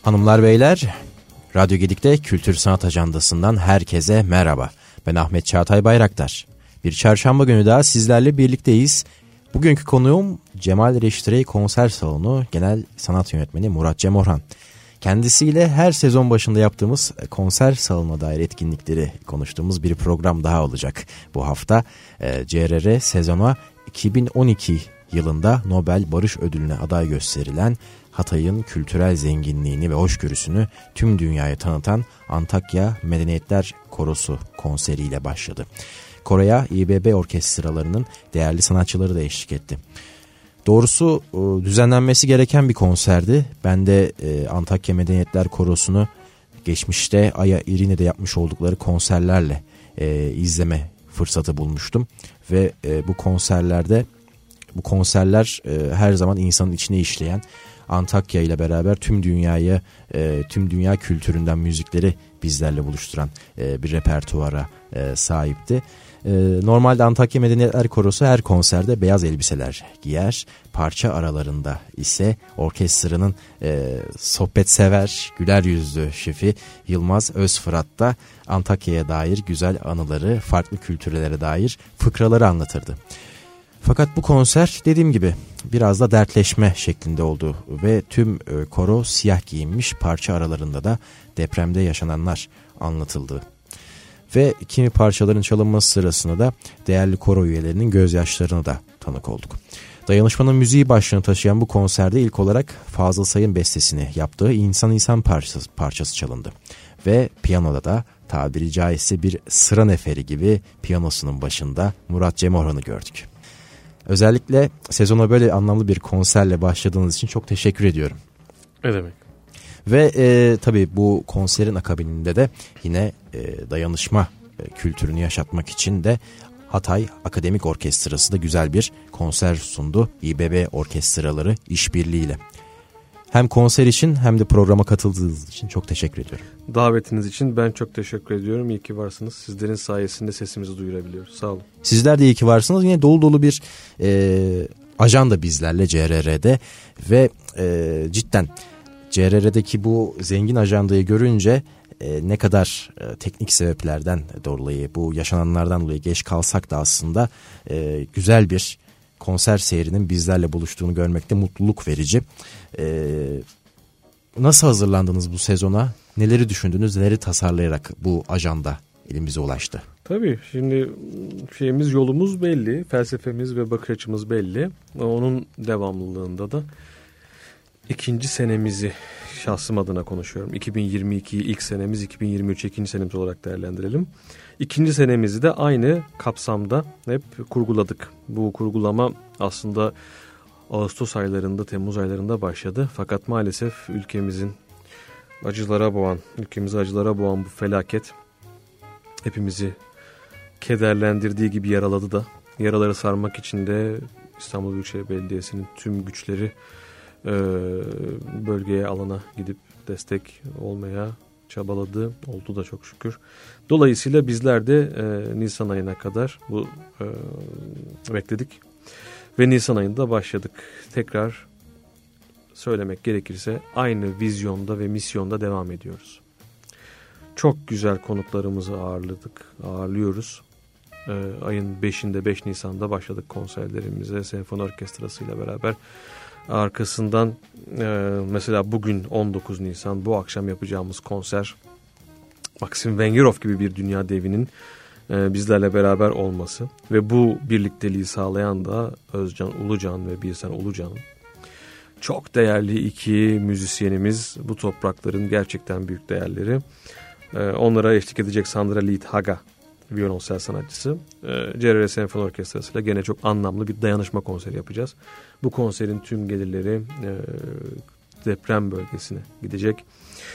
Hanımlar beyler, Radyo Gedik'te Kültür Sanat Ajandası'ndan herkese merhaba. Ben Ahmet Çağatay Bayraktar. Bir çarşamba günü daha sizlerle birlikteyiz. Bugünkü konuğum Cemal Reşit Rey Konser Salonu Genel Sanat Yönetmeni Murat Cem Orhan. Kendisiyle her sezon başında yaptığımız konser salonuna dair etkinlikleri konuştuğumuz bir program daha olacak. Bu hafta CRR sezona 2012 yılında Nobel Barış Ödülü'ne aday gösterilen Hatay'ın kültürel zenginliğini ve hoşgörüsünü tüm dünyaya tanıtan Antakya Medeniyetler Korosu konseriyle başladı. Koroya İBB orkestralarının değerli sanatçıları da eşlik etti. Doğrusu düzenlenmesi gereken bir konserdi. Ben de Antakya Medeniyetler Korosu'nu geçmişte Aya İrine'de yapmış oldukları konserlerle izleme fırsatı bulmuştum. Ve bu konserler her zaman insanın içine işleyen, Antakya ile beraber tüm dünya kültüründen müzikleri bizlerle buluşturan bir repertuara sahipti. Normalde Antakya Medeniyetler Korosu her konserde beyaz elbiseler giyer. Parça aralarında ise orkestranın sohbetsever, güler yüzlü şefi Yılmaz Özfırat da Antakya'ya dair güzel anıları, farklı kültürlere dair fıkraları anlatırdı. Fakat bu konser dediğim gibi biraz da dertleşme şeklinde oldu ve tüm koro siyah giyinmiş, parça aralarında da depremde yaşananlar anlatıldı. Ve kimi parçaların çalınması sırasında da değerli koro üyelerinin gözyaşlarına da tanık olduk. Dayanışmanın müziği başlığını taşıyan bu konserde ilk olarak Fazıl Say'ın bestesini yaptığı İnsan parçası çalındı. Ve piyanoda da tabiri caizse bir sıra neferi gibi piyanosunun başında Murat Cem Orhan'ı gördük. Özellikle sezona böyle anlamlı bir konserle başladığınız için çok teşekkür ediyorum. Ne demek? Ve tabii bu konserin akabininde de yine dayanışma kültürünü yaşatmak için de Hatay Akademik Orkestrası da güzel bir konser sundu. İBB orkestraları işbirliğiyle. Hem konser için hem de programa katıldığınız için çok teşekkür ediyorum. Davetiniz için ben çok teşekkür ediyorum. İyi ki varsınız. Sizlerin sayesinde sesimizi duyurabiliyoruz. Sağ olun. Sizler de iyi ki varsınız. Yine dolu dolu bir ajanda bizlerle CRR'de ve cidden CRR'deki bu zengin ajandayı görünce ne kadar teknik sebeplerden dolayı, bu yaşananlardan dolayı geç kalsak da aslında güzel bir konser seyrinin bizlerle buluştuğunu görmekte mutluluk verici. Nasıl hazırlandınız bu sezona? Neleri düşündünüz, neleri tasarlayarak bu ajanda elimize ulaştı? Tabii şimdi yolumuz belli, felsefemiz ve bakış açımız belli. Onun devamlılığında da ikinci senemizi, şahsım adına konuşuyorum. 2022'yi ilk senemiz, 2023 ikinci senemiz olarak değerlendirelim. İkinci senemizi de aynı kapsamda hep kurguladık. Bu kurgulama aslında Ağustos aylarında, Temmuz aylarında başladı. Fakat maalesef ülkemizi acılara boğan bu felaket hepimizi kederlendirdiği gibi yaraladı da. Yaraları sarmak için de İstanbul Büyükşehir Belediyesi'nin tüm güçleri bölgeye, alana gidip destek olmaya çabaladı. Oldu da çok şükür. Dolayısıyla bizler de Nisan ayına kadar bekledik. Ve Nisan ayında başladık. Tekrar söylemek gerekirse aynı vizyonda ve misyonda devam ediyoruz. Çok güzel konuklarımızı ağırlıyoruz. Ayın 5'inde 5 Nisan'da başladık konserlerimize senfoni orkestrasıyla beraber. Arkasından mesela bugün 19 Nisan bu akşam yapacağımız konser Maxim Vengerov gibi bir dünya devinin bizlerle beraber olması ve bu birlikteliği sağlayan da Özcan Ulucan ve Birsen Ulucan. Çok değerli iki müzisyenimiz, bu toprakların gerçekten büyük değerleri. Onlara eşlik edecek Sandra Liedhaga, violonsel sanatçısı. CRR Senfoni Orkestrası ile gene çok anlamlı bir dayanışma konseri yapacağız. Bu konserin tüm gelirleri deprem bölgesine gidecek.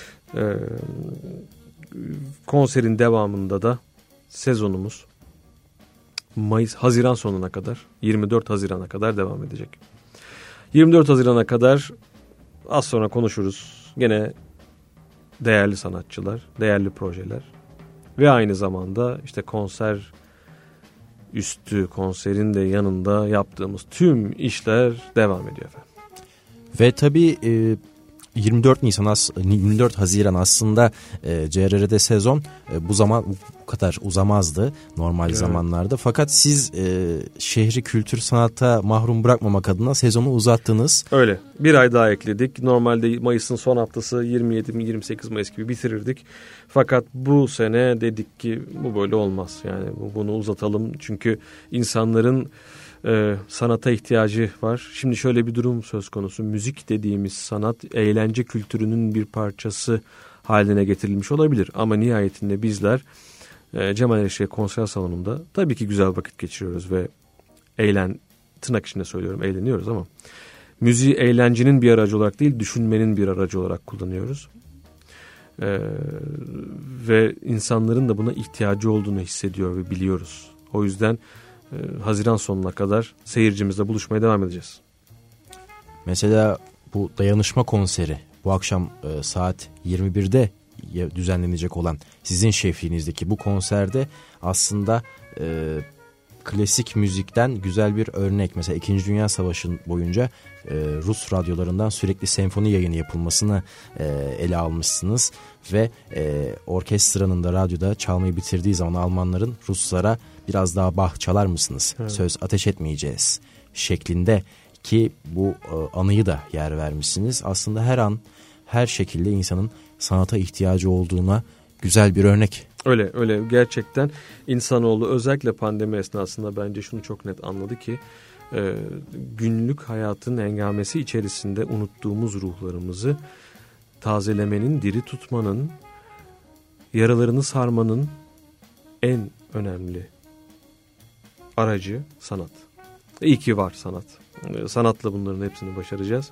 Konserin devamında da sezonumuz Haziran sonuna kadar, 24 Haziran'a kadar devam edecek. 24 Haziran'a kadar az sonra konuşuruz. Gene değerli sanatçılar, değerli projeler ve aynı zamanda işte konser üstü, konserin de yanında yaptığımız tüm işler devam ediyor efendim. Ve tabii 24 Haziran aslında CRR'de sezon bu zaman bu kadar uzamazdı normal zamanlarda. Fakat siz şehri kültür sanata mahrum bırakmamak adına sezonu uzattınız. Öyle. Bir ay daha ekledik. Normalde Mayıs'ın son haftası 27-28 Mayıs gibi bitirirdik. Fakat bu sene dedik ki bu böyle olmaz. Yani bunu uzatalım. Çünkü insanların sanata ihtiyacı var. Şimdi şöyle bir durum söz konusu. Müzik dediğimiz sanat eğlence kültürünün bir parçası haline getirilmiş olabilir. Ama nihayetinde bizler Cemal Erişe konser salonunda tabii ki güzel vakit geçiriyoruz ve tırnak içinde söylüyorum eğleniyoruz ama müziği eğlencenin bir aracı olarak değil düşünmenin bir aracı olarak kullanıyoruz. Ve insanların da buna ihtiyacı olduğunu hissediyor ve biliyoruz. O yüzden Haziran sonuna kadar seyircimizle buluşmaya devam edeceğiz. Mesela bu dayanışma konseri bu akşam saat 21'de düzenlenecek olan sizin şefliğinizdeki bu konserde aslında klasik müzikten güzel bir örnek. Mesela 2. Dünya Savaşı boyunca Rus radyolarından sürekli senfoni yayını yapılmasını ele almışsınız. Ve orkestranın da radyoda çalmayı bitirdiği zaman Almanların Ruslara biraz daha Bach çalar mısınız? Evet. Söz ateş etmeyeceğiz şeklinde ki bu anıyı da yer vermişsiniz. Aslında her an her şekilde insanın sanata ihtiyacı olduğuna güzel bir örnek. Öyle gerçekten insanoğlu özellikle pandemi esnasında bence şunu çok net anladı ki günlük hayatın engamesi içerisinde unuttuğumuz ruhlarımızı tazelemenin, diri tutmanın, yaralarını sarmanın en önemli aracı sanat. İyi ki var sanat. Sanatla bunların hepsini başaracağız.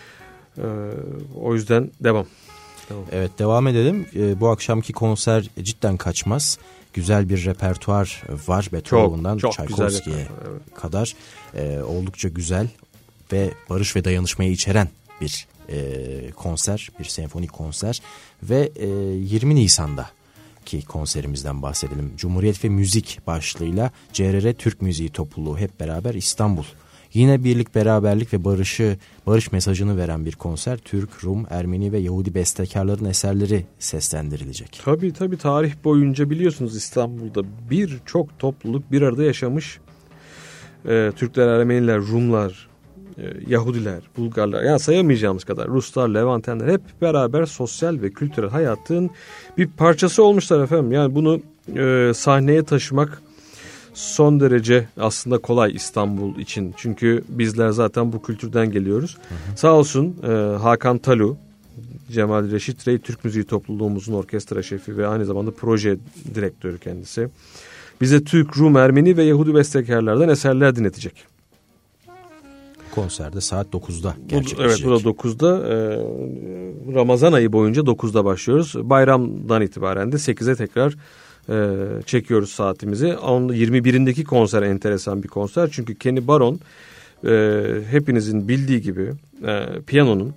O yüzden devam. Evet, devam edelim. Bu akşamki konser cidden kaçmaz. Güzel bir repertuar var. Beethoven'dan Tchaikovsky'ye kadar. Oldukça güzel ve barış ve dayanışmayı içeren bir konser. Bir senfonik konser. Ve 20 Nisan'daki konserimizden bahsedelim. Cumhuriyet ve Müzik başlığıyla CRR Türk Müziği Topluluğu hep beraber İstanbul. Yine birlik, beraberlik ve barış mesajını veren bir konser. Türk, Rum, Ermeni ve Yahudi bestekarların eserleri seslendirilecek. Tabii tarih boyunca biliyorsunuz İstanbul'da birçok topluluk bir arada yaşamış. Türkler, Ermeniler, Rumlar, Yahudiler, Bulgarlar, yani sayamayacağımız kadar Ruslar, Levantenler hep beraber sosyal ve kültürel hayatın bir parçası olmuşlar efendim. Yani bunu sahneye taşımak son derece aslında kolay İstanbul için. Çünkü bizler zaten bu kültürden geliyoruz. Hı hı. Sağ olsun Hakan Talu, Cemal Reşit Rey Türk Müziği Topluluğumuzun orkestra şefi ve aynı zamanda proje direktörü kendisi. Bize Türk, Rum, Ermeni ve Yahudi bestekarlardan eserler dinletecek. Konserde saat 9'da gerçekleşecek. Evet, bu da 9'da. Ramazan ayı boyunca 9'da başlıyoruz. Bayramdan itibaren de 8'e tekrar çekiyoruz saatimizi. 21'indeki konser enteresan bir konser. Çünkü Kenny Baron hepinizin bildiği gibi piyanonun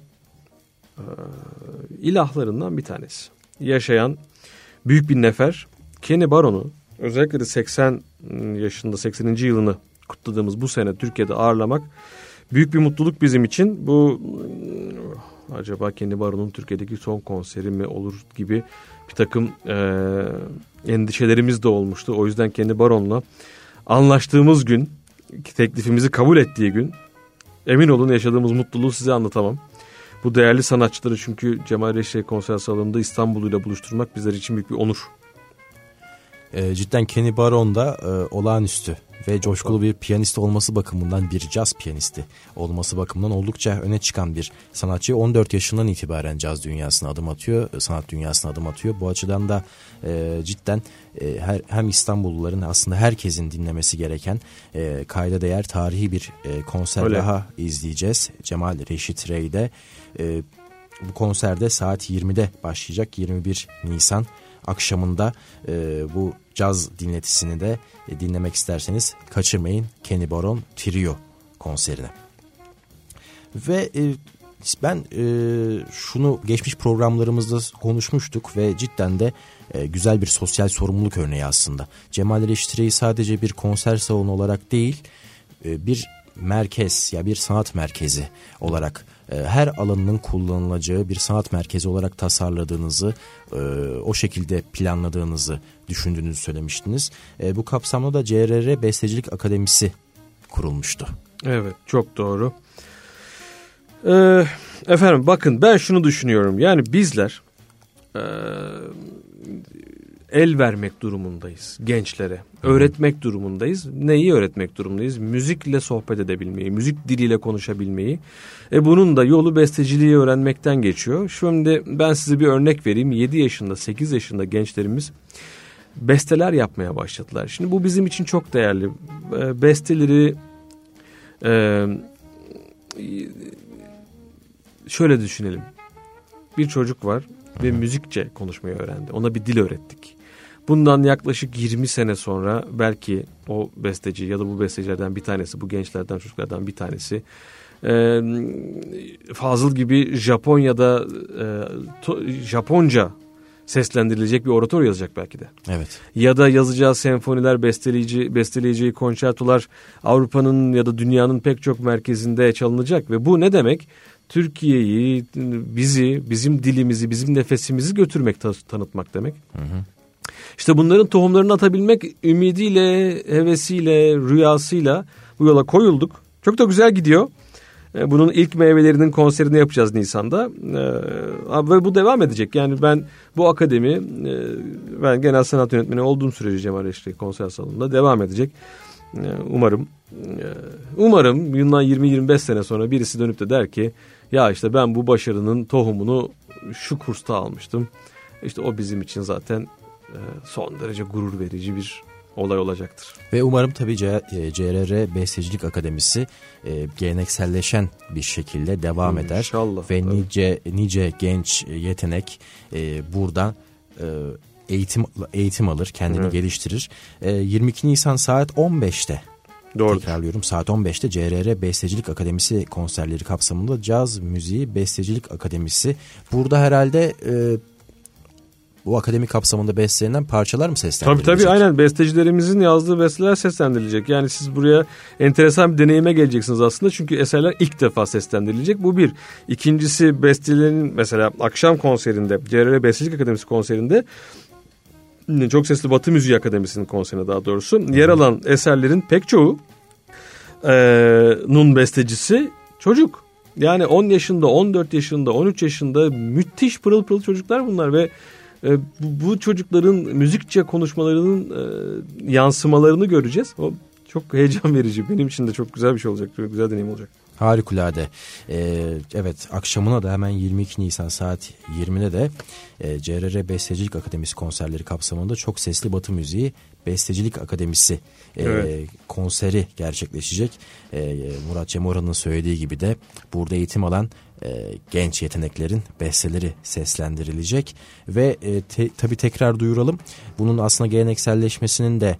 ilahlarından bir tanesi. Yaşayan büyük bir nefer. Kenny Baron'u özellikle de 80 yılını kutladığımız bu sene Türkiye'de ağırlamak büyük bir mutluluk bizim için. Bu acaba Kenny Baron'un Türkiye'deki son konseri mi olur gibi bir takım endişelerimiz de olmuştu. O yüzden Kenny Baron'la anlaştığımız gün, teklifimizi kabul ettiği gün, emin olun yaşadığımız mutluluğu size anlatamam. Bu değerli sanatçıları çünkü Cemal Reşit konser salonunda İstanbul'uyla buluşturmak bizler için büyük bir onur. Cidden Kenny Baron da olağanüstü ve coşkulu bir piyanist olması bakımından, bir caz piyanisti olması bakımından oldukça öne çıkan bir sanatçı. 14 yaşından itibaren caz dünyasına adım atıyor, sanat dünyasına adım atıyor. Bu açıdan da cidden hem İstanbulluların, aslında herkesin dinlemesi gereken kayda değer tarihi bir konser daha izleyeceğiz. Cemal Reşit Rey'de bu konserde saat 20'de başlayacak. 21 Nisan akşamında bu caz dinletisini de dinlemek isterseniz kaçırmayın, Kenny Baron Trio konserine. Ve ben şunu geçmiş programlarımızda konuşmuştuk ve cidden de güzel bir sosyal sorumluluk örneği aslında. Cemal Reşit Rey'i sadece bir konser salonu olarak değil, bir merkez ya bir sanat merkezi olarak her alanının kullanılacağı bir sanat merkezi olarak tasarladığınızı, o şekilde planladığınızı düşündüğünüzü söylemiştiniz. Bu kapsamda da CRR Bestecilik Akademisi kurulmuştu. Evet, çok doğru. Efendim bakın, ben şunu düşünüyorum. Yani bizler el vermek durumundayız gençlere. Öğretmek durumundayız. Neyi öğretmek durumundayız? Müzikle sohbet edebilmeyi, müzik diliyle konuşabilmeyi. Bunun da yolu besteciliği öğrenmekten geçiyor. Şimdi ben size bir örnek vereyim. 7 yaşında, 8 yaşında gençlerimiz besteler yapmaya başladılar. Şimdi bu bizim için çok değerli. Besteleri şöyle düşünelim. Bir çocuk var ve müzikçe konuşmayı öğrendi. Ona bir dil öğrettik. Bundan yaklaşık 20 sene sonra belki o besteci ya da bu bestecilerden bir tanesi, bu gençlerden, çocuklardan bir tanesi Fazıl gibi Japonya'da Japonca seslendirilecek bir orator yazacak belki de. Evet. Ya da yazacağı senfoniler, besteleyeceği konçertolar Avrupa'nın ya da dünyanın pek çok merkezinde çalınacak ve bu ne demek? Türkiye'yi, bizi, bizim dilimizi, bizim nefesimizi götürmek, tanıtmak demek. Hı hı. İşte bunların tohumlarını atabilmek ümidiyle, hevesiyle, rüyasıyla bu yola koyulduk. Çok da güzel gidiyor. Bunun ilk meyvelerinin konserini yapacağız Nisan'da. Ve bu devam edecek. Yani ben bu akademi, ben genel sanat yönetmeni olduğum sürece Cemal Reşit Konser Salonu'nda devam edecek. Umarım bundan 20-25 sene sonra birisi dönüp de der ki ya işte ben bu başarının tohumunu şu kursta almıştım. İşte o bizim için zaten son derece gurur verici bir olay olacaktır. Ve umarım tabii CRR Bestecilik Akademisi gelenekselleşen bir şekilde devam eder. İnşallah. Ve nice genç yetenek buradan eğitim alır, kendini geliştirir. 22 Nisan saat 15'te. Doğru. Tekrarlıyorum, saat 15'te CRR Bestecilik Akademisi konserleri kapsamında Caz Müziği Bestecilik Akademisi. Burada herhalde bu akademi kapsamında bestelenen parçalar mı seslendirilecek? Tabii aynen, bestecilerimizin yazdığı besteler seslendirilecek. Yani siz buraya enteresan bir deneyime geleceksiniz aslında. Çünkü eserler ilk defa seslendirilecek. Bu bir. İkincisi, bestelerin mesela akşam konserinde, CRR Bestecilik Akademisi konserinde, çok sesli Batı Müziği Akademisi'nin konserine daha doğrusu, yer alan eserlerin pek çoğu nun bestecisi çocuk. Yani 10 yaşında, 14 yaşında, 13 yaşında müthiş pırıl pırıl çocuklar bunlar ve bu çocukların müzikçe konuşmalarının yansımalarını göreceğiz. O çok heyecan verici. Benim için de çok güzel bir şey olacak. Çok güzel deneyim olacak. Harikulade. Evet, akşamına da hemen 22 Nisan saat 20'de de CRR Bestecilik Akademisi konserleri kapsamında Çok Sesli Batı Müziği Bestecilik Akademisi konseri gerçekleşecek. Murat Cem Orhan'ın söylediği gibi de burada eğitim alan genç yeteneklerin besteleri seslendirilecek ve tabii tekrar duyuralım, bunun aslında gelenekselleşmesinin de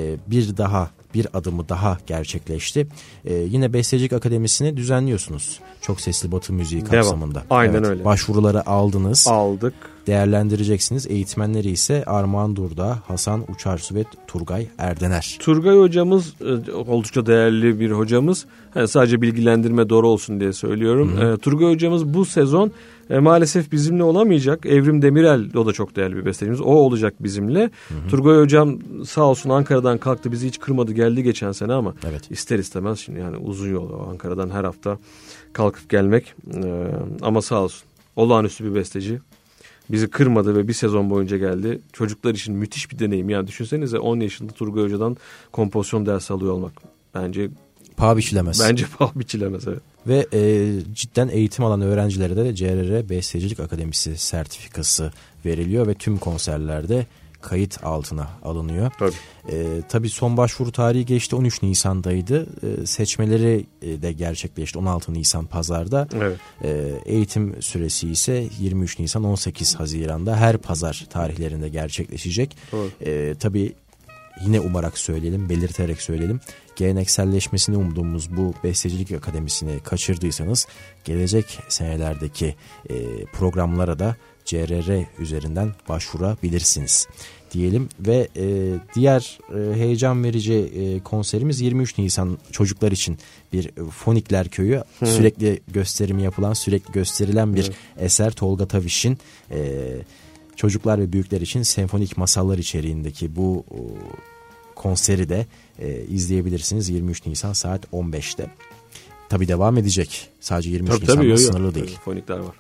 bir adımı daha gerçekleşti. Yine Bestecilik Akademisi'ni düzenliyorsunuz. Çok Sesli Batı Müziği kapsamında. Aynen öyle. Başvuruları aldınız. Aldık. Değerlendireceksiniz. Eğitmenleri ise Armağan Durdağ, Hasan Uçarsu ve Turgay Erdener. Turgay hocamız oldukça değerli bir hocamız. Yani sadece bilgilendirme doğru olsun diye söylüyorum. Turgay hocamız bu sezon maalesef bizimle olamayacak. Evrim Demirel, o da çok değerli bir bestecimiz. O olacak bizimle. Turgay hocam sağ olsun Ankara'dan kalktı, bizi hiç kırmadı, geldi geçen sene ama ister istemez şimdi yani uzun yol Ankara'dan her hafta kalkıp gelmek. Ama sağ olsun olağanüstü bir besteci. Bizi kırmadı ve bir sezon boyunca geldi. Çocuklar için müthiş bir deneyim. Yani düşünsenize 10 yaşında Turgay Hoca'dan kompozisyon dersi alıyor olmak. Bence paha biçilemez. Bence paha biçilemez, evet. Ve cidden eğitim alan öğrencilere de CRR Bestecilik Akademisi sertifikası veriliyor ve tüm konserlerde kayıt altına alınıyor. Tabii son başvuru tarihi geçti, 13 Nisan'daydı. Seçmeleri de gerçekleşti 16 Nisan pazarda. Evet. Eğitim süresi ise 23 Nisan 18 Haziran'da her pazar tarihlerinde gerçekleşecek. Tabii yine umarak söyleyelim, belirterek söyleyelim. Gelenekselleşmesini umduğumuz bu Bestecilik Akademisi'ni kaçırdıysanız gelecek senelerdeki programlara da CRR üzerinden başvurabilirsiniz diyelim ve diğer heyecan verici konserimiz 23 Nisan çocuklar için bir Fonikler Köyü. Sürekli gösterimi yapılan, sürekli gösterilen bir eser. Tolga Taviş'in çocuklar ve büyükler için senfonik masallar içeriğindeki bu konseri de izleyebilirsiniz 23 Nisan saat 15'te. Tabii devam edecek. Sadece 23 Nisan'da sınırlı değil. Fonikler var.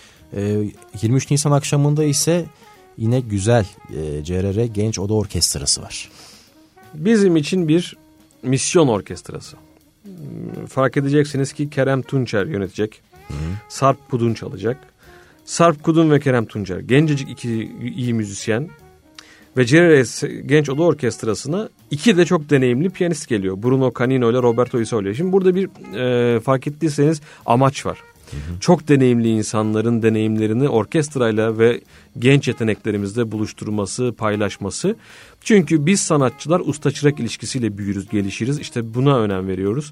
23 Nisan akşamında ise yine güzel CRR Genç Oda Orkestrası var. Bizim için bir misyon orkestrası. Fark edeceksiniz ki Kerem Tunçer yönetecek. Sarp Kudun çalacak. Sarp Kudun ve Kerem Tunçer gencecik iki iyi müzisyen. Ve CRR Genç Oda Orkestrası'na iki de çok deneyimli piyanist geliyor. Bruno Canino ile Roberto Isolio. Şimdi burada bir fark ettiyseniz amaç var. Çok deneyimli insanların deneyimlerini orkestrayla ve genç yeteneklerimizle buluşturması, paylaşması. Çünkü biz sanatçılar usta çırak ilişkisiyle büyürüz, gelişiriz. İşte buna önem veriyoruz.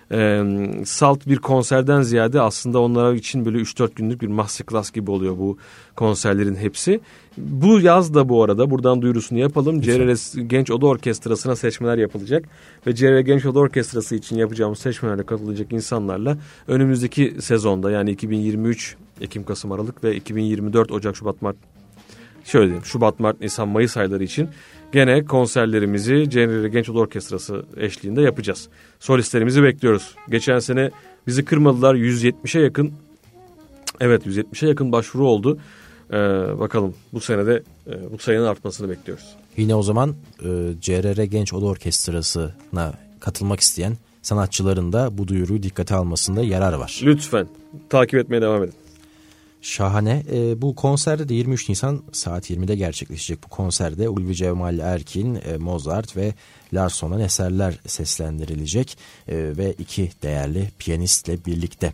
Salt bir konserden ziyade aslında onlara için böyle 3-4 günlük bir masterclass gibi oluyor bu konserlerin hepsi. Bu yaz da bu arada buradan duyurusunu yapalım. CRR Genç Oda Orkestrası'na seçmeler yapılacak. Ve CRR Genç Oda Orkestrası için yapacağımız seçmelerde katılacak insanlarla önümüzdeki sezonda yani 2023 Ekim, Kasım, Aralık ve 2024 Ocak, Şubat, Mart, şöyle diyeyim, Şubat, Mart, Nisan, Mayıs ayları için gene konserlerimizi CRR Genç Oda Orkestrası eşliğinde yapacağız. Solistlerimizi bekliyoruz. Geçen sene bizi kırmadılar. 170'e yakın, evet 170'e yakın başvuru oldu. Bakalım bu senede bu sayının artmasını bekliyoruz. Yine o zaman CRR Genç Oda Orkestrası'na katılmak isteyen sanatçıların da bu duyuruyu dikkate almasında yarar var. Lütfen takip etmeye devam edin. Şahane. Bu konserde de 23 Nisan saat 20'de gerçekleşecek bu konserde Ulvi Cemal Erkin, Mozart ve Larson'dan eserler seslendirilecek ve iki değerli piyanistle birlikte.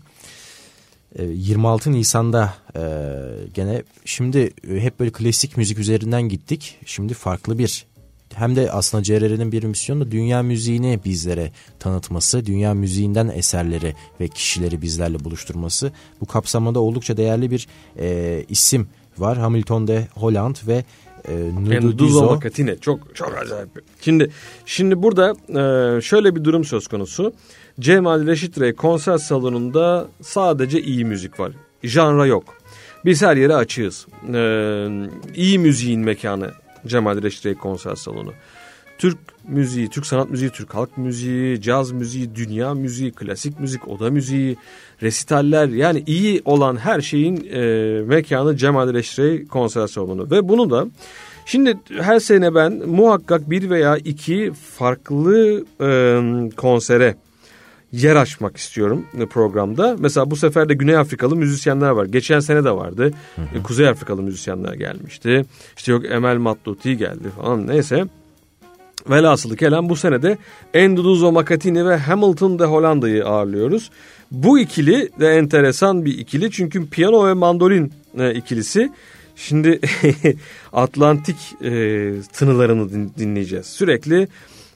26 Nisan'da gene şimdi hep böyle klasik müzik üzerinden gittik. Şimdi farklı bir, hem de aslında CRR'nin bir misyonu da dünya müziğini bizlere tanıtması, dünya müziğinden eserleri ve kişileri bizlerle buluşturması. Bu kapsamda oldukça değerli bir isim var. Hamilton de Holland ve Enduzo Makatine. Çok acayip. Şimdi burada şöyle bir durum söz konusu. Cemal Reşit Rey konser salonunda sadece iyi müzik var. Janra yok. Biz her yere açığız. İyi müziğin mekanı Cemal Reşit Rey konser salonu. Türk müziği, Türk sanat müziği, Türk halk müziği, caz müziği, dünya müziği, klasik müzik, oda müziği, resitaller, yani iyi olan her şeyin mekanı Cemal Reşit Rey konser salonu. Ve bunu da şimdi her sene ben muhakkak bir veya iki farklı konsere yer açmak istiyorum programda. Mesela bu sefer de Güney Afrikalı müzisyenler var. Geçen sene de vardı. Kuzey Afrikalı müzisyenler gelmişti. İşte yok Emel Matluti geldi falan, neyse. Velhasılı kelam bu sene de Enduzo Makatini ve Hamilton de Hollanda'yı ağırlıyoruz. Bu ikili de enteresan bir ikili çünkü piyano ve mandolin ikilisi. Şimdi Atlantik tınılarını dinleyeceğiz. Sürekli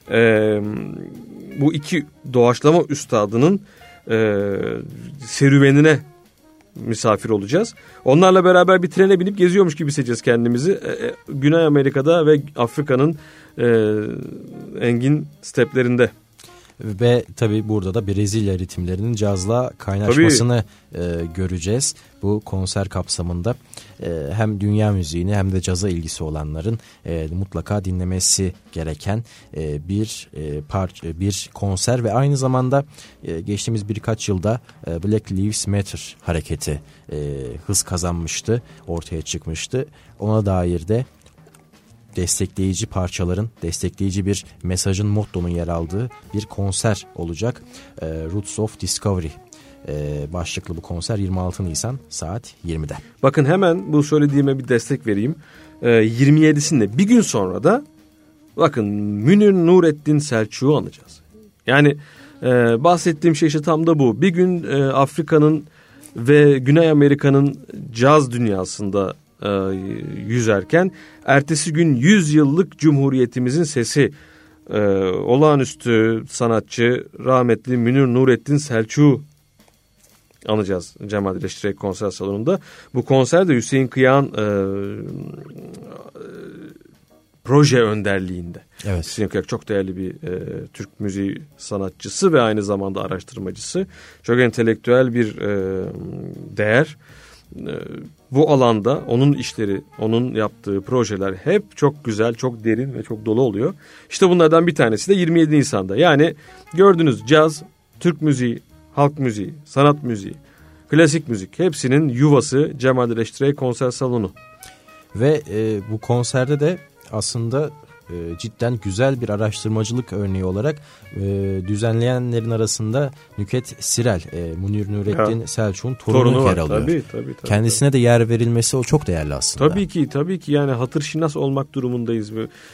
bu iki doğaçlama üstadının serüvenine misafir olacağız. Onlarla beraber bir trene binip geziyormuş gibi hissedeceğiz kendimizi. Güney Amerika'da ve Afrika'nın engin steplerinde. Ve tabii burada da Brezilya ritimlerinin cazla kaynaşmasını göreceğiz. Bu konser kapsamında hem dünya müziğini hem de caza ilgisi olanların mutlaka dinlemesi gereken bir konser ve aynı zamanda geçtiğimiz birkaç yılda Black Lives Matter hareketi hız kazanmıştı, ortaya çıkmıştı. Ona dair de destekleyici parçaların, destekleyici bir mesajın, mottonun yer aldığı bir konser olacak. Roots of Discovery başlıklı bu konser 26 Nisan saat 20'de. Bakın hemen bu söylediğime bir destek vereyim. 27'sinde bir gün sonra da bakın Münir Nurettin Selçuk'u anacağız. Yani bahsettiğim şey işte tam da bu. Bir gün Afrika'nın ve Güney Amerika'nın caz dünyasında yüzerken ertesi gün 100 yıllık Cumhuriyetimizin sesi olağanüstü sanatçı rahmetli Münir Nurettin Selçuk'u anacağız Cemal Reşit Rey konser salonunda. Bu konserde Hüseyin Kıyağan proje önderliğinde. Evet. Hüseyin Kıyak çok değerli bir Türk müziği sanatçısı ve aynı zamanda araştırmacısı. Çok entelektüel bir değer. Bu alanda onun işleri, onun yaptığı projeler hep çok güzel, çok derin ve çok dolu oluyor. İşte bunlardan bir tanesi de 27 Nisan'da. Yani gördünüz, caz, Türk müziği, halk müziği, sanat müziği, klasik müzik hepsinin yuvası Cemal Reştirey Konser Salonu. Ve bu konserde de aslında cidden güzel bir araştırmacılık örneği olarak düzenleyenlerin arasında Nükhet Sirel, Münir Nurettin Selçuk'un torunu yer alıyor. Tabii, kendisine de yer verilmesi o çok değerli aslında. Tabii ki yani hatırşinas olmak durumundayız.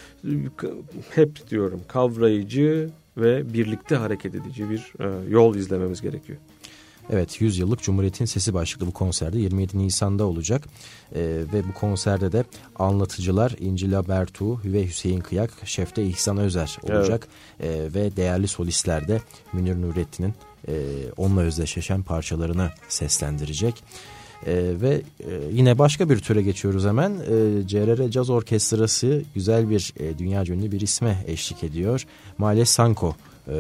Hep diyorum, kavrayıcı ve birlikte hareket edici bir yol izlememiz gerekiyor. Evet, 100 yıllık Cumhuriyet'in Sesi başlıklı bu konserde 27 Nisan'da olacak. Ve bu konserde de anlatıcılar İncil Abertu ve Hüseyin Kıyak, şefte İhsan Özer olacak. Evet. Ve değerli solistler de Münir Nurettin'in onunla özdeşleşen parçalarını seslendirecek. Ve yine başka bir türe geçiyoruz hemen. CRR Caz Orkestrası güzel bir dünyaca ünlü bir isme eşlik ediyor. Miles Sanko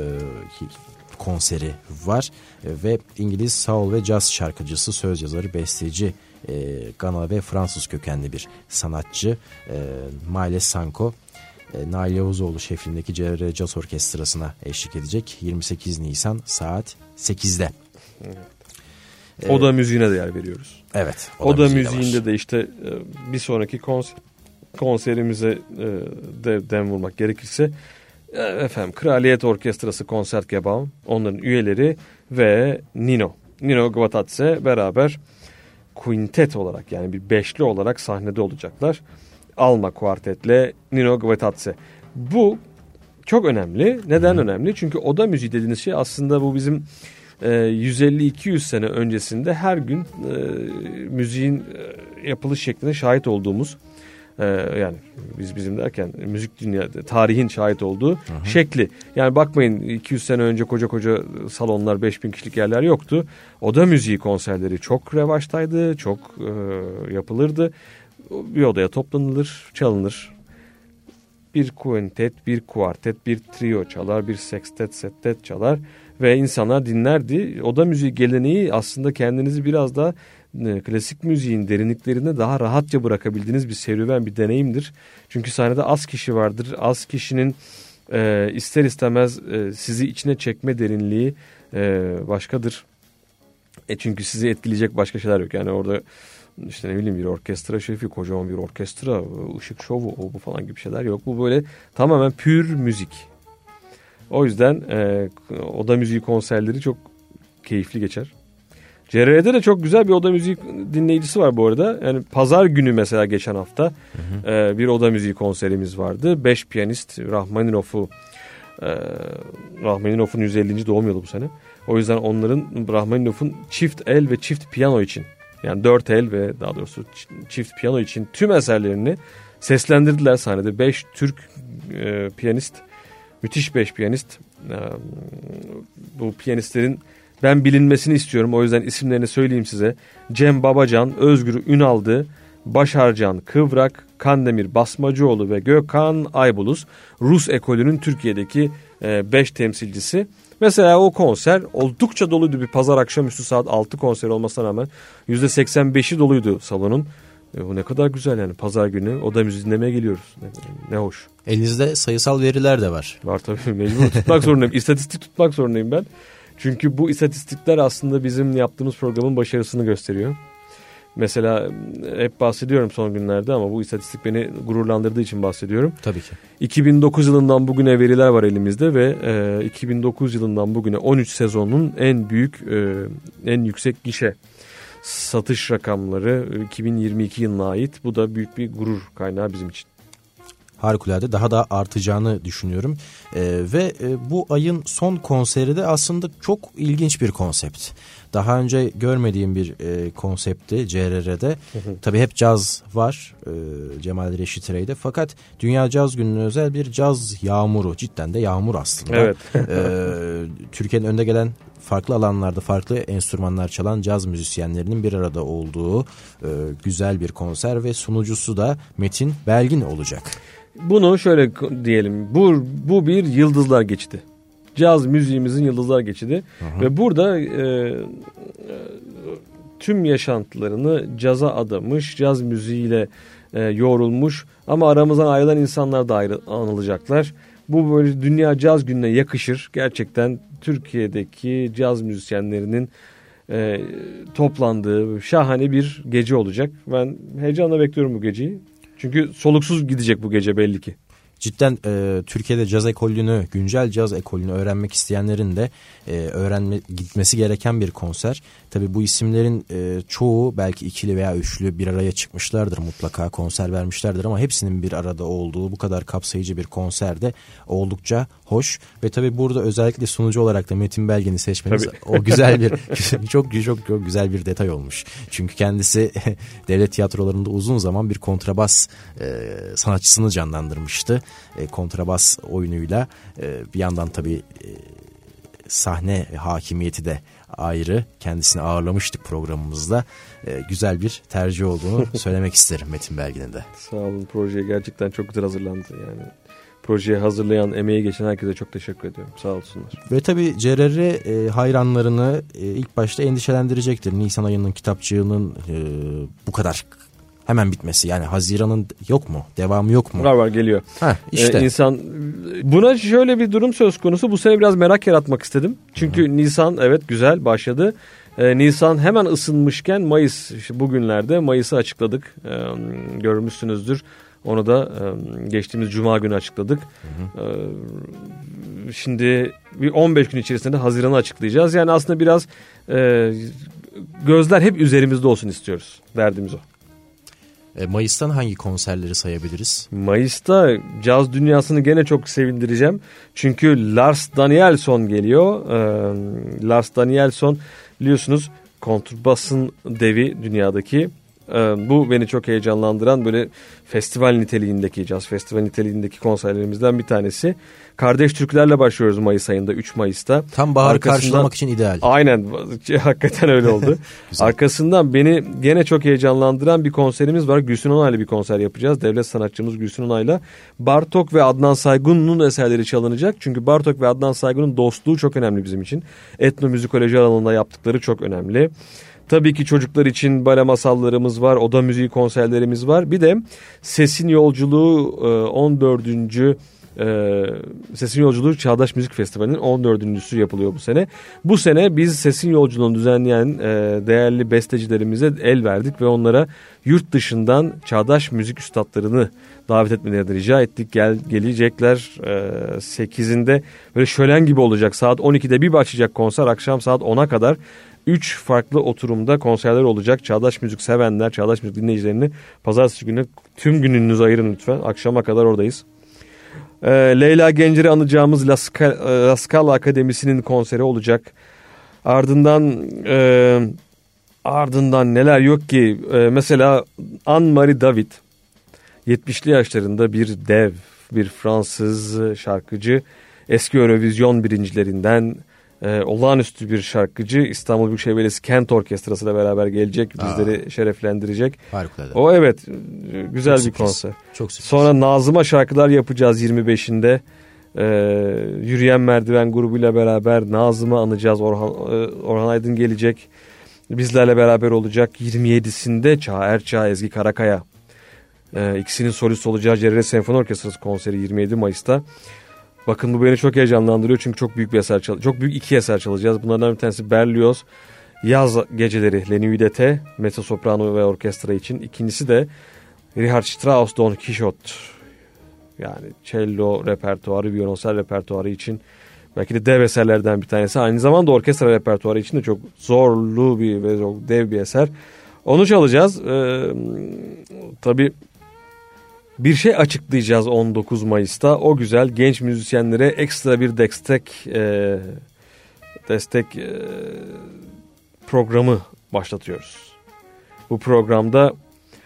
konseri var ve İngiliz soul ve caz şarkıcısı, söz yazarı, besteci, Gana ve Fransız kökenli bir sanatçı Miles Sanko, Nail Yavuzoğlu şefliğindeki CRR Caz Orkestrası'na eşlik edecek 28 Nisan saat 8'de. Evet. Oda müziğine de yer veriyoruz. Evet. Oda müziğinde de işte bir sonraki konserimize de dem vurmak gerekirse efendim Kraliyet Orkestrası Konsertgebouw, onların üyeleri ve Nino Gvatadze beraber quintet olarak, yani bir beşli olarak sahnede olacaklar. Alma kuartetle Nino Gvatadze. Bu çok önemli. Neden önemli? Çünkü oda müziği dediğiniz şey aslında bu bizim 150-200 sene öncesinde her gün müziğin yapılış şekline şahit olduğumuz, yani bizim derken müzik dünyada tarihin şahit olduğu şekli. Yani bakmayın, 200 sene önce koca salonlar, 5000 kişilik yerler yoktu. Oda müziği konserleri çok revaçtaydı, çok yapılırdı. Bir odaya toplanılır, çalınır. Bir kuintet, bir kuartet, bir trio çalar, bir sextet, settet çalar ve insanlar dinlerdi. Oda müziği geleneği aslında kendinizi biraz da klasik müziğin derinliklerine daha rahatça bırakabildiğiniz bir serüven, bir deneyimdir. Çünkü sahnede az kişi vardır. Az kişinin ister istemez sizi içine çekme derinliği başkadır. Çünkü sizi etkileyecek başka şeyler yok. Yani orada işte ne bileyim bir orkestra şefi, kocaman bir orkestra, ışık şovu, o bu falan gibi şeyler yok. Bu böyle tamamen pür müzik. O yüzden oda müziği konserleri çok keyifli geçer. CRR'de de çok güzel bir oda müziği dinleyicisi var bu arada. Yani pazar günü mesela geçen hafta bir oda müziği konserimiz vardı. 5 piyanist Rahmaninov'un 150. doğum yılı bu sene. O yüzden onların, Rahmaninov'un çift el ve çift piyano için, yani 4 el ve daha doğrusu çift piyano için tüm eserlerini seslendirdiler sahnede. 5 Türk piyanist, müthiş 5 piyanist. Bu piyanistlerin ben bilinmesini istiyorum. O yüzden isimlerini söyleyeyim size. Cem Babacan, Özgür Ünaldı, Başarcan Kıvrak, Kandemir Basmacıoğlu ve Gökhan Aybulus. Rus ekolünün Türkiye'deki 5 temsilcisi. Mesela o konser oldukça doluydu. Bir pazar akşamüstü saat 6 konser olmasına rağmen %85'i doluydu salonun. Bu ne kadar güzel yani, pazar günü oda müziği dinlemeye geliyoruz. Ne hoş. Elinizde sayısal veriler de var. Var tabii, mecbur tutmak zorundayım. İstatistik tutmak zorundayım ben. Çünkü bu istatistikler aslında bizim yaptığımız programın başarısını gösteriyor. Mesela hep bahsediyorum son günlerde ama bu istatistik beni gururlandırdığı için bahsediyorum. Tabii ki. 2009 yılından bugüne veriler var elimizde ve 2009 yılından bugüne 13 sezonun en büyük, en yüksek gişe satış rakamları 2022 yılına ait. Bu da büyük bir gurur kaynağı bizim için. Harikulade, daha da artacağını düşünüyorum. Ve bu ayın son konseri de aslında çok ilginç bir konsept. daha önce görmediğim bir konseptti CRR'de. Tabii hep caz var Cemal Reşit Rey'de, fakat Dünya Caz Günü'ne özel bir caz yağmuru, cidden de yağmur aslında. Evet. Türkiye'nin önde gelen farklı alanlarda farklı enstrümanlar çalan caz müzisyenlerinin bir arada olduğu güzel bir konser ve sunucusu da Metin Belgin olacak. Bunu şöyle diyelim, bu bir yıldızlar geçidi. Caz müziğimizin yıldızlar geçidi. Ve burada tüm yaşantılarını caza adamış, caz müziğiyle yoğrulmuş ama aramızdan ayrılan insanlar da anılacaklar. Bu böyle Dünya Caz Günü'ne yakışır. Gerçekten Türkiye'deki caz müzisyenlerinin toplandığı şahane bir gece olacak. Ben heyecanla bekliyorum bu geceyi. Çünkü soluksuz gidecek bu gece belli ki. Cidden Türkiye'de caz ekolünü, güncel caz ekolünü öğrenmek isteyenlerin de gitmesi gereken bir konser. Tabii bu isimlerin çoğu belki ikili veya üçlü bir araya çıkmışlardır, mutlaka konser vermişlerdir ama hepsinin bir arada olduğu bu kadar kapsayıcı bir konserde oldukça hoş. Ve tabii burada özellikle sunucu olarak da Metin Belgin'i seçmemiz o güzel bir çok güzel bir detay olmuş. Çünkü kendisi devlet tiyatrolarında uzun zaman bir kontrabas sanatçısını canlandırmıştı. Kontrabas oyunuyla bir yandan tabii sahne hakimiyeti de ayrı, kendisini ağırlamıştık programımızda. Güzel bir tercih olduğunu söylemek isterim Metin Belgin'in de. Sağ olun, projeye gerçekten çok güzel hazırlandı yani. Projeyi hazırlayan, emeği geçen herkese çok teşekkür ediyorum. Sağ olsunlar. Ve tabii CRR hayranlarını ilk başta endişelendirecektir. Nisan ayının kitapçığının bu kadar hemen bitmesi, yani Haziran'ın yok mu? Devamı yok mu? Var geliyor. İşte. İnsan, buna şöyle bir durum söz konusu. Bu sene biraz merak yaratmak istedim. Çünkü Nisan evet güzel başladı. Nisan hemen ısınmışken Mayıs, işte bugünlerde Mayıs'ı açıkladık. Görmüşsünüzdür. Onu da geçtiğimiz Cuma günü açıkladık. Şimdi bir 15 gün içerisinde Haziran'ı açıklayacağız. Yani aslında biraz gözler hep üzerimizde olsun istiyoruz. Derdimiz o. Mayıs'tan hangi konserleri sayabiliriz? Mayıs'ta caz dünyasını gene çok sevindireceğim. Çünkü Lars Danielsson geliyor. Lars Danielsson biliyorsunuz kontrbasın devi dünyadaki. Bu beni çok heyecanlandıran, böyle festival niteliğindeki, caz festival niteliğindeki konserlerimizden bir tanesi. Kardeş Türklerle başlıyoruz Mayıs ayında, 3 Mayıs'ta. Tam baharı karşılamak için ideal. Aynen, hakikaten öyle oldu. Arkasından beni gene çok heyecanlandıran bir konserimiz var. Gülsün Onay'la bir konser yapacağız. Devlet sanatçımız Gülsün Onay'la. Bartok ve Adnan Saygun'un eserleri çalınacak. Çünkü Bartok ve Adnan Saygun'un dostluğu çok önemli bizim için. Etnomüzikoloji alanında yaptıkları çok önemli. Tabii ki çocuklar için bale masallarımız var, oda müziği konserlerimiz var. Bir de Sesin Yolculuğu 14. Sesin Yolculuğu Çağdaş Müzik Festivali'nin 14.'sü yapılıyor bu sene. Bu sene biz Sesin Yolculuğu'nu düzenleyen değerli bestecilerimize el verdik ve onlara yurt dışından çağdaş müzik üstadlarını davet etmelerini rica ettik. Gelecekler 8'inde böyle şölen gibi olacak. Saat 12'de bir başlayacak konser, akşam saat 10'a kadar 3 farklı oturumda konserler olacak. Çağdaş müzik sevenler, çağdaş müzik dinleyicilerini pazartesi günü tüm gününüzü ayırın lütfen. Akşama kadar oradayız. Leyla Gencer'i anacağımız La Scala Akademisi'nin konseri olacak. Ardından neler yok ki? Mesela Anne-Marie David 70'li yaşlarında bir dev, bir Fransız şarkıcı. Eski Eurovision birincilerinden olağanüstü bir şarkıcı. İstanbul Büyükşehir Belediyesi Kent Orkestrası ile beraber gelecek. Bizleri şereflendirecek. Harikulade. O evet, güzel çok bir konser. Çok sürpriz. Sonra Nazım'a şarkılar yapacağız 25'inde. Yürüyen Merdiven grubuyla beraber Nazım'ı anacağız. Orhan Aydın gelecek. Bizlerle beraber olacak. 27'sinde Çağ Erçağ, Ezgi Karakaya. İkisinin solist olacağı CRR Senfoni Orkestrası konseri 27 Mayıs'ta. Bakın bu beni çok heyecanlandırıyor çünkü çok büyük bir eser çok büyük 2 eser çalacağız. Bunlardan bir tanesi Berlioz Yaz Geceleri Le Nuit d'été mezzo soprano ve orkestra için. İkincisi de Richard Strauss Don Quixote. Yani cello repertuarı, violonsel repertuarı için belki de dev eserlerden bir tanesi. Aynı zamanda orkestra repertuarı için de çok zorlu ve çok dev bir eser. Onu çalacağız. Tabii bir şey açıklayacağız 19 Mayıs'ta. O güzel genç müzisyenlere ekstra bir destek programı başlatıyoruz. Bu programda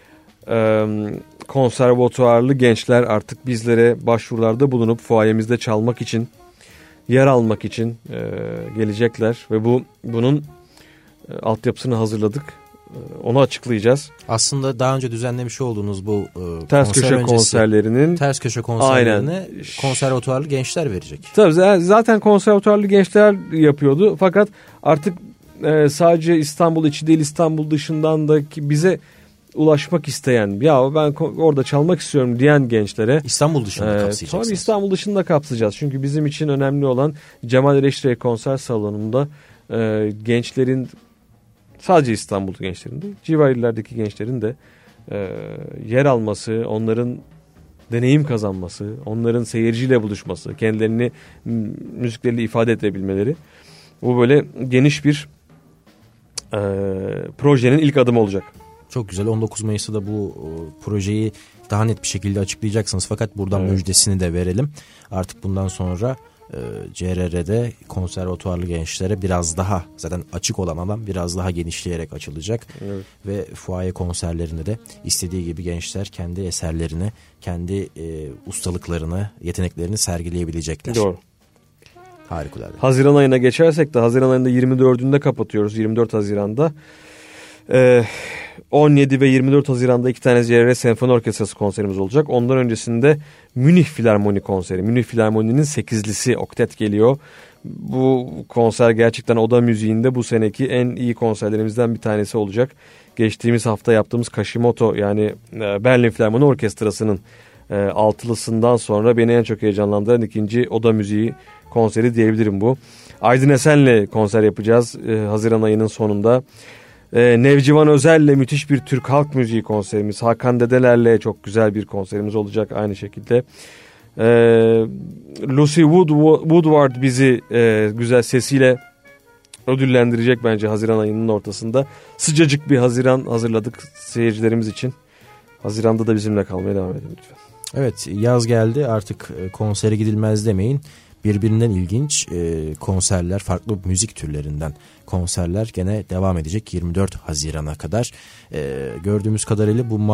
konservatuarlı gençler artık bizlere başvurularda bulunup fuayemizde çalmak için, yer almak için gelecekler ve bunun altyapısını hazırladık. Onu açıklayacağız. Aslında daha önce düzenlemiş olduğunuz bu ters köşe konserlerini konservatuarlı gençler verecek. Tabii zaten konservatuarlı gençler yapıyordu. Fakat artık sadece İstanbul içi değil, İstanbul dışından da bize ulaşmak isteyen, ya ben orada çalmak istiyorum diyen gençlere İstanbul dışında kapsayacaksınız. Tabii İstanbul dışında kapsayacağız. Çünkü bizim için önemli olan Cemal Reşitey konser salonunda gençlerin, sadece İstanbul gençlerin değil, civar illerdeki gençlerin de yer alması, onların deneyim kazanması, onların seyirciyle buluşması, kendilerini müzikleriyle ifade edebilmeleri, bu böyle geniş bir projenin ilk adımı olacak. Çok güzel. 19 Mayıs'ta da bu projeyi daha net bir şekilde açıklayacaksınız. Fakat buradan müjdesini de verelim. Artık bundan sonra CRR'de konservatuarlı gençlere biraz daha, zaten açık olan alan biraz daha genişleyerek açılacak. Evet. Ve fuaye konserlerinde de istediği gibi gençler kendi eserlerini, kendi ustalıklarını, yeteneklerini sergileyebilecekler. Doğru. Harikulade. Haziran ayına geçersek de Haziran ayında 24'ünde kapatıyoruz. 24 Haziran'da. 17 ve 24 Haziran'da 2 tane CRR Senfoni Orkestrası konserimiz olacak. Ondan öncesinde Münih Filarmoni konseri. Münih Filarmoni'nin 8'lisi oktet geliyor. Bu konser gerçekten oda müziğinde bu seneki en iyi konserlerimizden bir tanesi olacak. Geçtiğimiz hafta yaptığımız Kashimoto, yani Berlin Filarmoni Orkestrası'nın altılısından sonra beni en çok heyecanlandıran ikinci oda müziği konseri diyebilirim bu. Aydın Esen'le konser yapacağız Haziran ayının sonunda. Nevcivan Özel'le müthiş bir Türk halk müziği konserimiz. Hakan Dedeler'le çok güzel bir konserimiz olacak aynı şekilde. Lucy Woodward bizi güzel sesiyle ödüllendirecek bence Haziran ayının ortasında. Sıcacık bir Haziran hazırladık seyircilerimiz için. Haziran'da da bizimle kalmaya devam edin lütfen. Evet, yaz geldi, artık konsere gidilmez demeyin. Birbirinden ilginç konserler, farklı müzik türlerinden konserler gene devam edecek 24 Haziran'a kadar. Gördüğümüz kadarıyla bu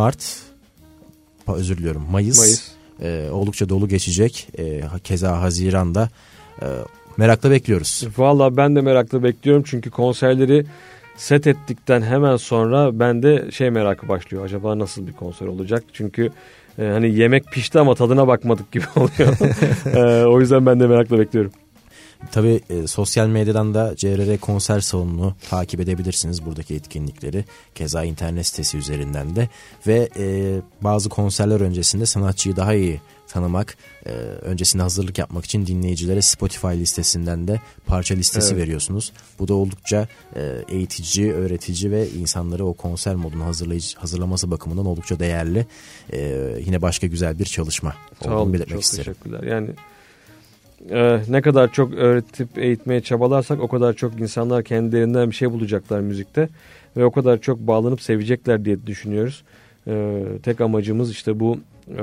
Mayıs. Oldukça dolu geçecek. Keza Haziran'da merakla bekliyoruz. Vallahi ben de merakla bekliyorum, çünkü konserleri set ettikten hemen sonra bende merakı başlıyor. Acaba nasıl bir konser olacak? Çünkü hani yemek pişti ama tadına bakmadık gibi oluyor. O yüzden ben de merakla bekliyorum. Tabii sosyal medyadan da CRR konser salonunu takip edebilirsiniz, buradaki etkinlikleri. Keza internet sitesi üzerinden de ve bazı konserler öncesinde sanatçıyı daha iyi tanımak, öncesinde hazırlık yapmak için dinleyicilere Spotify listesinden de parça listesi veriyorsunuz. Bu da oldukça eğitici, öğretici ve insanları o konser modunu hazırlaması bakımından oldukça değerli. Yine başka güzel bir çalışma olduğunu belirtmek isterim. Çok teşekkürler. Yani ne kadar çok öğretip eğitmeye çabalarsak o kadar çok insanlar kendilerinden bir şey bulacaklar müzikte ve o kadar çok bağlanıp sevecekler diye düşünüyoruz. Tek amacımız işte bu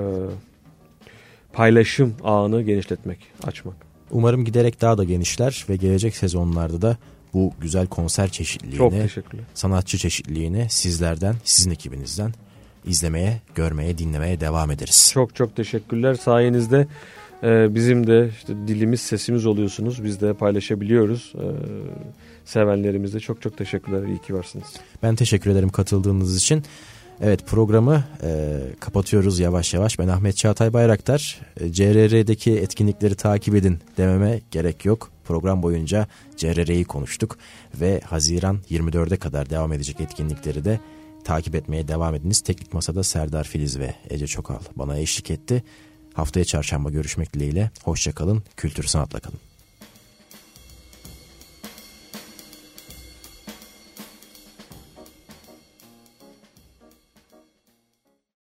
paylaşım ağını genişletmek, açmak. Umarım giderek daha da genişler ve gelecek sezonlarda da bu güzel konser çeşitliliğini, sanatçı çeşitliliğini sizlerden, sizin ekibinizden izlemeye, görmeye, dinlemeye devam ederiz. Çok çok teşekkürler. Sayenizde bizim de işte dilimiz, sesimiz oluyorsunuz. Biz de paylaşabiliyoruz. Sevenlerimize çok çok teşekkürler. İyi ki varsınız. Ben teşekkür ederim katıldığınız için. Evet, programı kapatıyoruz yavaş yavaş. Ben Ahmet Çağatay Bayraktar. CRR'deki etkinlikleri takip edin dememe gerek yok. Program boyunca CRR'yi konuştuk ve Haziran 24'e kadar devam edecek etkinlikleri de takip etmeye devam ediniz. Teknik Masa'da Serdar Filiz ve Ece Çokal bana eşlik etti. Haftaya çarşamba görüşmek dileğiyle. Hoşça kalın, kültür sanatla kalın.